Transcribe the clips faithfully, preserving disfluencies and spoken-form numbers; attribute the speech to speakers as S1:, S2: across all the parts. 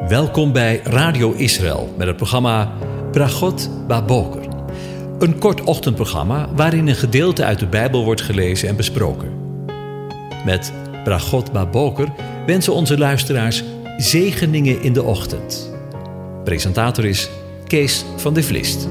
S1: Welkom bij Radio Israël met het programma Bragot Baboker. Een kort ochtendprogramma waarin een gedeelte uit de Bijbel wordt gelezen en besproken. Met Bragot Baboker wensen onze luisteraars zegeningen in de ochtend. Presentator is Kees van de Vlist.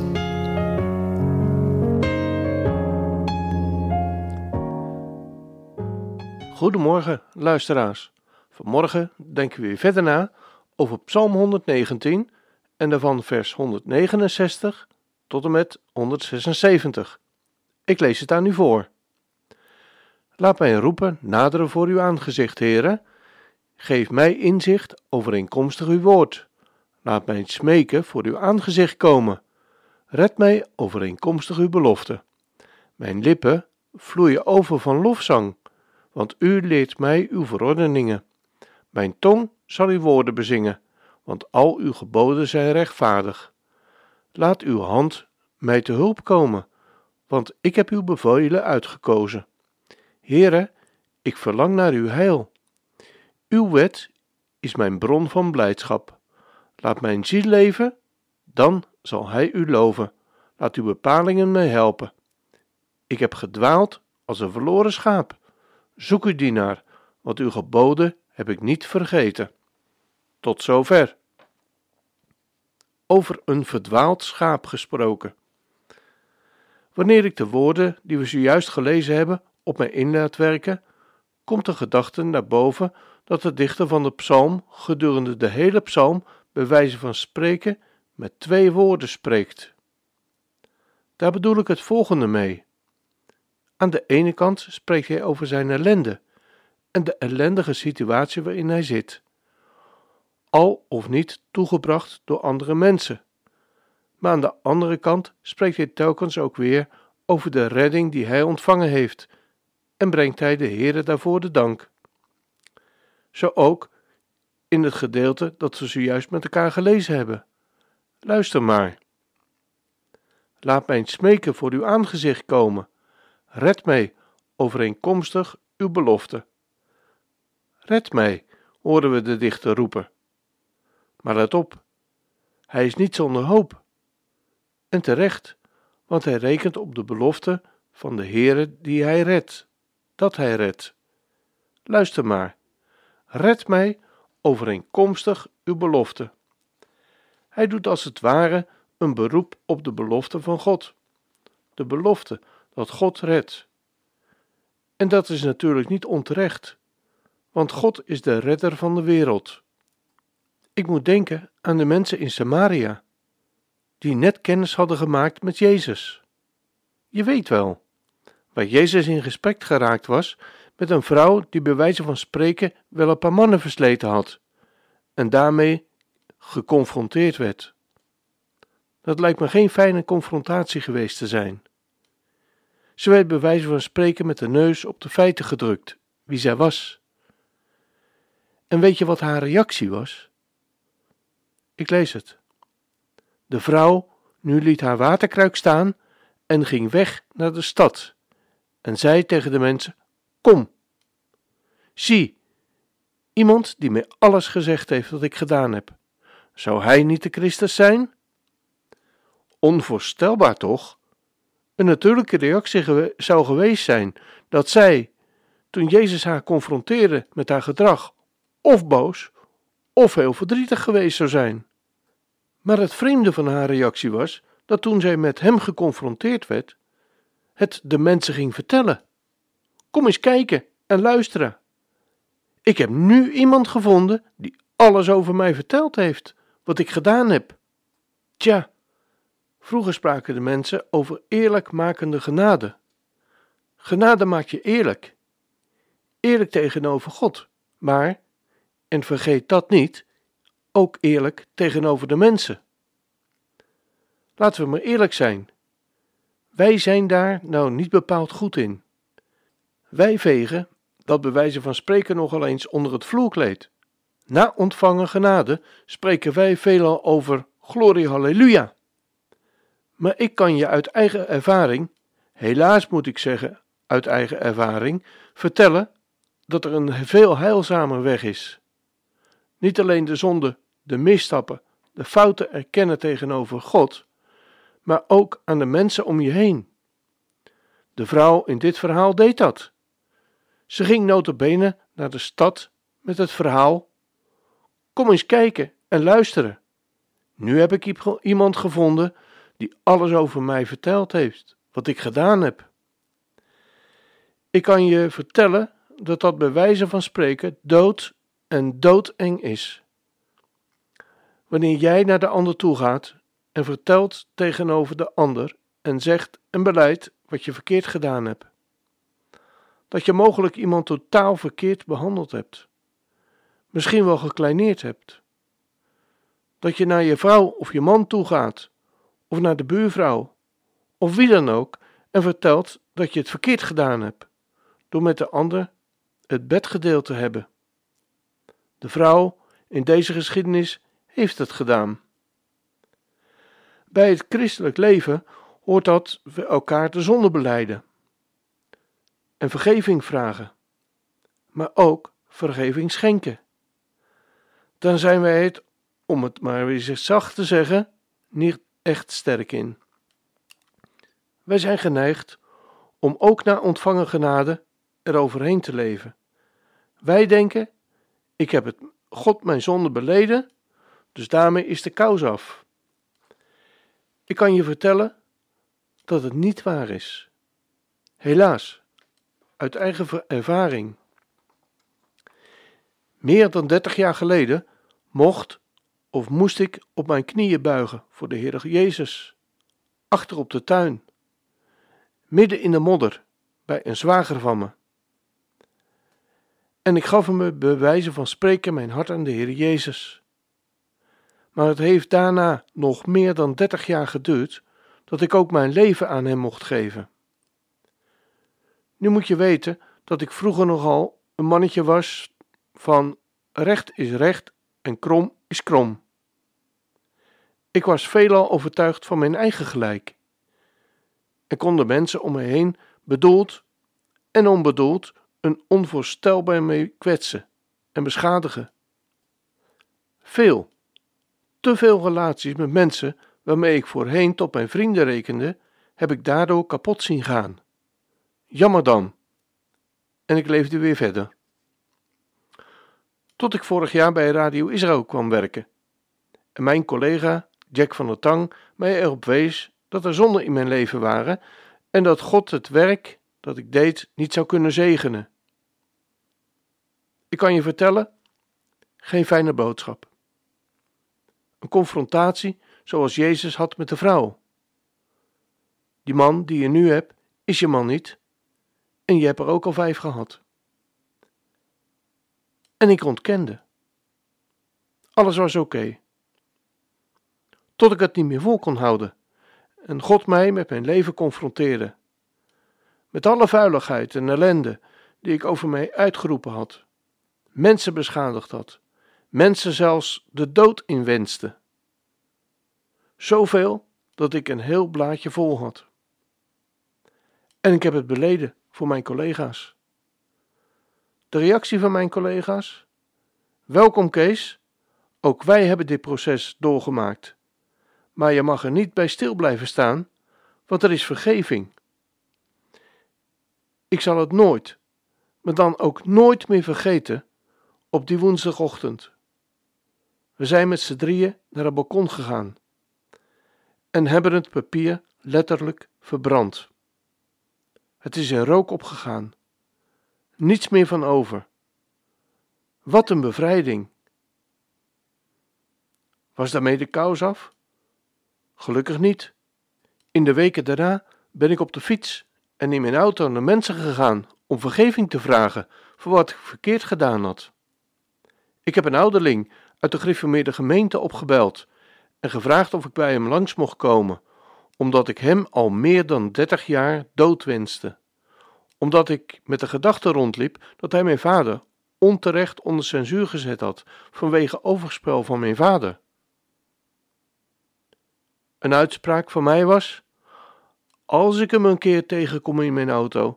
S2: Goedemorgen, luisteraars. Vanmorgen denken we weer verder na over Psalm honderdnegentien en daarvan vers honderdnegenenzestig tot en met honderdzesenzeventig. Ik lees het aan u voor. Laat mij roepen naderen voor uw aangezicht, Heere. Geef mij inzicht overeenkomstig uw woord. Laat mij smeken voor uw aangezicht komen. Red mij overeenkomstig uw belofte. Mijn lippen vloeien over van lofzang, want u leert mij uw verordeningen. Mijn tong zal uw woorden bezingen, want al uw geboden zijn rechtvaardig. Laat uw hand mij te hulp komen, want ik heb uw bevelen uitgekozen. Heere, ik verlang naar uw heil. Uw wet is mijn bron van blijdschap. Laat mijn ziel leven, dan zal hij u loven. Laat uw bepalingen mij helpen. Ik heb gedwaald als een verloren schaap. Zoek uw dienaar, want uw geboden heb ik niet vergeten. Tot zover. Over een verdwaald schaap gesproken. Wanneer ik de woorden die we zojuist gelezen hebben op mij in laat werken, komt de gedachte naar boven dat de dichter van de psalm gedurende de hele psalm bij wijze van spreken met twee woorden spreekt. Daar bedoel ik het volgende mee. Aan de ene kant spreekt hij over zijn ellende en de ellendige situatie waarin hij zit, al of niet toegebracht door andere mensen. Maar aan de andere kant spreekt hij telkens ook weer over de redding die hij ontvangen heeft en brengt hij de Heere daarvoor de dank. Zo ook in het gedeelte dat we zojuist met elkaar gelezen hebben. Luister maar. Laat mij smeken voor uw aangezicht komen. Red mij overeenkomstig uw belofte. Red mij, horen we de dichter roepen. Maar let op, hij is niet zonder hoop. En terecht, want hij rekent op de belofte van de Heere die hij redt, dat hij redt. Luister maar, red mij overeenkomstig uw belofte. Hij doet als het ware een beroep op de belofte van God. De belofte dat God redt. En dat is natuurlijk niet onterecht, want God is de redder van de wereld. Ik moet denken aan de mensen in Samaria, die net kennis hadden gemaakt met Jezus. Je weet wel, waar Jezus in gesprek geraakt was met een vrouw die bij wijze van spreken wel een paar mannen versleten had en daarmee geconfronteerd werd. Dat lijkt me geen fijne confrontatie geweest te zijn. Ze werd bij wijze van spreken met de neus op de feiten gedrukt, wie zij was. En weet je wat haar reactie was? Ik lees het. De vrouw nu liet haar waterkruik staan en ging weg naar de stad en zei tegen de mensen: Kom, zie, iemand die mij alles gezegd heeft wat ik gedaan heb. Zou hij niet de Christus zijn? Onvoorstelbaar toch? Een natuurlijke reactie gewe- zou geweest zijn dat zij, toen Jezus haar confronteerde met haar gedrag, of boos, of heel verdrietig geweest zou zijn. Maar het vreemde van haar reactie was dat toen zij met hem geconfronteerd werd, het de mensen ging vertellen. Kom eens kijken en luisteren. Ik heb nu iemand gevonden die alles over mij verteld heeft, wat ik gedaan heb. Tja, vroeger spraken de mensen over eerlijkmakende genade. Genade maakt je eerlijk. Eerlijk tegenover God, maar, en vergeet dat niet, ook eerlijk tegenover de mensen. Laten we maar eerlijk zijn. Wij zijn daar nou niet bepaald goed in. Wij vegen dat bij wijze van spreken nogal eens onder het vloerkleed. Na ontvangen genade spreken wij veelal over glorie halleluja. Maar ik kan je uit eigen ervaring, helaas moet ik zeggen uit eigen ervaring, vertellen dat er een veel heilzamer weg is. Niet alleen de zonde de misstappen, de fouten erkennen tegenover God, maar ook aan de mensen om je heen. De vrouw in dit verhaal deed dat. Ze ging nota bene naar de stad met het verhaal: kom eens kijken en luisteren. Nu heb ik iemand gevonden die alles over mij verteld heeft, wat ik gedaan heb. Ik kan je vertellen dat dat bij wijze van spreken dood en doodeng is. Wanneer jij naar de ander toe gaat en vertelt tegenover de ander en zegt en beleidt wat je verkeerd gedaan hebt. Dat je mogelijk iemand totaal verkeerd behandeld hebt. Misschien wel gekleineerd hebt. Dat je naar je vrouw of je man toe gaat, of naar de buurvrouw, of wie dan ook, en vertelt dat je het verkeerd gedaan hebt, door met de ander het bed gedeeld te hebben. De vrouw in deze geschiedenis heeft het gedaan. Bij het christelijk leven hoort dat we elkaar de zonde belijden en vergeving vragen, maar ook vergeving schenken. Dan zijn wij het, om het maar weer zacht te zeggen, niet echt sterk in. Wij zijn geneigd om ook na ontvangen genade eroverheen te leven. Wij denken: ik heb het God mijn zonde beleden, dus daarmee is de kous af. Ik kan je vertellen dat het niet waar is. Helaas, uit eigen ervaring. Meer dan dertig jaar geleden mocht of moest ik op mijn knieën buigen voor de Heer Jezus, achter op de tuin, midden in de modder, bij een zwager van me. En ik gaf hem bij wijze van spreken mijn hart aan de Heer Jezus. Maar het heeft daarna nog meer dan dertig jaar geduurd dat ik ook mijn leven aan hem mocht geven. Nu moet je weten dat ik vroeger nogal een mannetje was van recht is recht en krom is krom. Ik was veelal overtuigd van mijn eigen gelijk. En kon de mensen om me heen bedoeld en onbedoeld een onvoorstelbaar mee kwetsen en beschadigen. Veel, te veel relaties met mensen waarmee ik voorheen tot mijn vrienden rekende, heb ik daardoor kapot zien gaan. Jammer dan. En ik leefde weer verder. Tot ik vorig jaar bij Radio Israël kwam werken. En mijn collega Jack van der Tang mij erop wees dat er zonden in mijn leven waren en dat God het werk dat ik deed niet zou kunnen zegenen. Ik kan je vertellen, geen fijne boodschap. Een confrontatie zoals Jezus had met de vrouw. Die man die je nu hebt, is je man niet. En je hebt er ook al vijf gehad. En ik ontkende. Alles was oké. Okay. Tot ik het niet meer vol kon houden. En God mij met mijn leven confronteerde. Met alle vuiligheid en ellende die ik over mij uitgeroepen had. Mensen beschadigd had. Mensen zelfs de dood inwenste. Zoveel dat ik een heel blaadje vol had. En ik heb het beleden voor mijn collega's. De reactie van mijn collega's? Welkom Kees, ook wij hebben dit proces doorgemaakt. Maar je mag er niet bij stil blijven staan, want er is vergeving. Ik zal het nooit, maar dan ook nooit meer vergeten op die woensdagochtend. We zijn met z'n drieën naar het balkon gegaan en hebben het papier letterlijk verbrand. Het is in rook opgegaan. Niets meer van over. Wat een bevrijding. Was daarmee de kous af? Gelukkig niet. In de weken daarna ben ik op de fiets en in mijn auto naar mensen gegaan om vergeving te vragen voor wat ik verkeerd gedaan had. Ik heb een ouderling uit de gereformeerde gemeente opgebeld en gevraagd of ik bij hem langs mocht komen, omdat ik hem al meer dan dertig jaar dood wenste. Omdat ik met de gedachte rondliep dat hij mijn vader onterecht onder censuur gezet had vanwege overspel van mijn vader. Een uitspraak van mij was: als ik hem een keer tegenkom in mijn auto,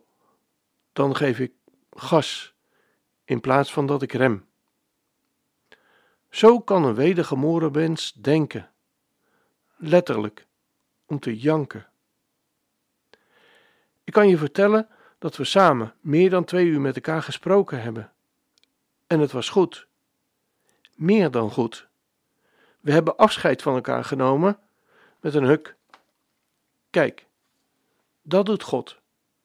S2: dan geef ik gas in plaats van dat ik rem. Zo kan een wedergeboren mens denken. Letterlijk, om te janken. Ik kan je vertellen dat we samen meer dan twee uur met elkaar gesproken hebben. En het was goed. Meer dan goed. We hebben afscheid van elkaar genomen met een huk. Kijk, dat doet God.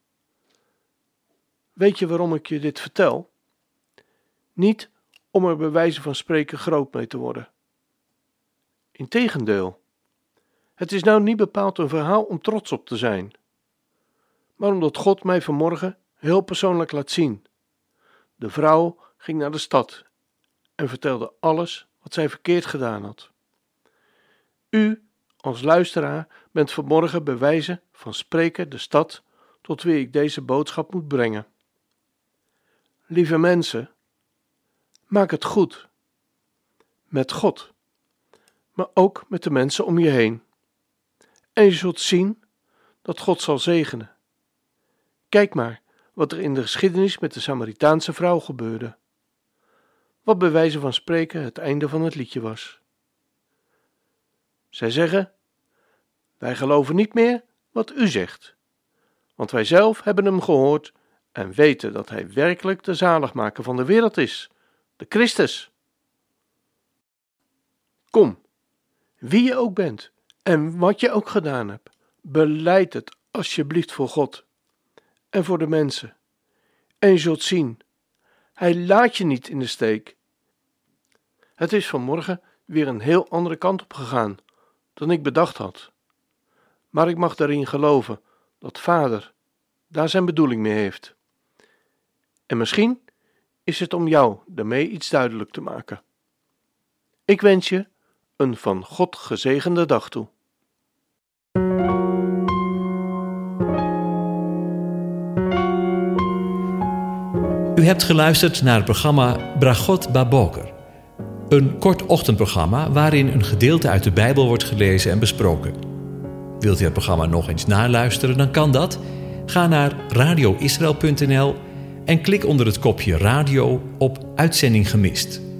S2: Weet je waarom ik je dit vertel? Niet om er bij wijze van spreken groot mee te worden. Integendeel, het is nou niet bepaald een verhaal om trots op te zijn, maar omdat God mij vanmorgen heel persoonlijk laat zien. De vrouw ging naar de stad en vertelde alles wat zij verkeerd gedaan had. U, als luisteraar, bent vanmorgen bij wijze van spreken de stad tot wie ik deze boodschap moet brengen. Lieve mensen, maak het goed. Met God, maar ook met de mensen om je heen. En je zult zien dat God zal zegenen. Kijk maar wat er in de geschiedenis met de Samaritaanse vrouw gebeurde. Wat bij wijze van spreken het einde van het liedje was. Zij zeggen, wij geloven niet meer wat u zegt, want wij zelf hebben hem gehoord en weten dat hij werkelijk de zaligmaker van de wereld is, de Christus. Kom, wie je ook bent en wat je ook gedaan hebt, belijd het alsjeblieft voor God en voor de mensen. En je zult zien, hij laat je niet in de steek. Het is vanmorgen weer een heel andere kant op gegaan dan ik bedacht had. Maar ik mag daarin geloven dat Vader daar zijn bedoeling mee heeft. En misschien is het om jou daarmee iets duidelijk te maken. Ik wens je een van God gezegende dag toe.
S1: U hebt geluisterd naar het programma Bragot Baboker. Een kort ochtendprogramma waarin een gedeelte uit de Bijbel wordt gelezen en besproken. Wilt u het programma nog eens naluisteren, dan kan dat. Ga naar radio israël punt n l en klik onder het kopje radio op Uitzending gemist.